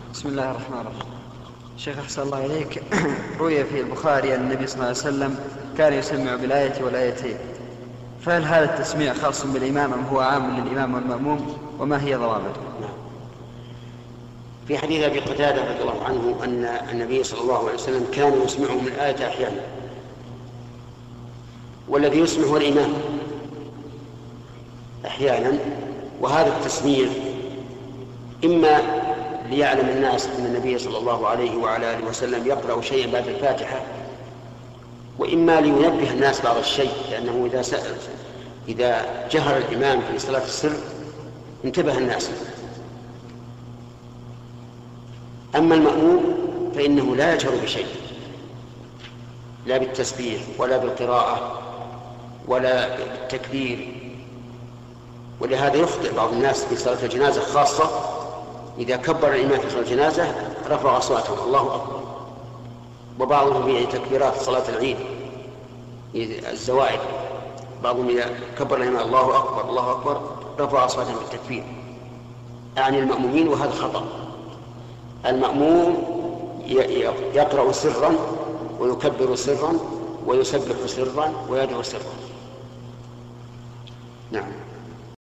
بسم الله الرحمن الرحيم. شيخ أحسن الله إليك، روي في البخاري أن النبي صلى الله عليه وسلم كان يسمع بالآية والآيتين، فهل هذا التسميع خاص بالإمام أم هو عام للإمام والمأموم، وما هي ضوابطه؟ في حديث أبي قتادة رضي الله عنه أن النبي صلى الله عليه وسلم كان يسمعهم الآية أحيانا، والذي يسمع هو الإمام أحيانا. وهذا التسميع إما ليعلم الناس أن النبي صلى الله عليه وعلى آله وسلم يقرأ شيئا بعد الفاتحة، وإما لينبه الناس بعض الشيء، لأنه إذا جهر الإمام في صلاة السر انتبه الناس. أما المأموم فإنه لا يجهر بشيء، لا بالتسبيح ولا بالقراءة ولا بالتكبير. ولهذا يخطئ بعض الناس في صلاة الجنازة خاصة، إذا كبر الإمام في صلاة الجنازة رفع أصواتهم الله أكبر، وبعضهم في تكبيرات صلاة العيد الزوائد بعضهم إذا كبر الإمام الله أكبر الله أكبر رفع أصواتهم بالتكبير، أعني المأمومين، وهذا خطأ. المأموم يقرأ سرا ويكبر سرا ويسبح سرا ويدعو سرا. نعم.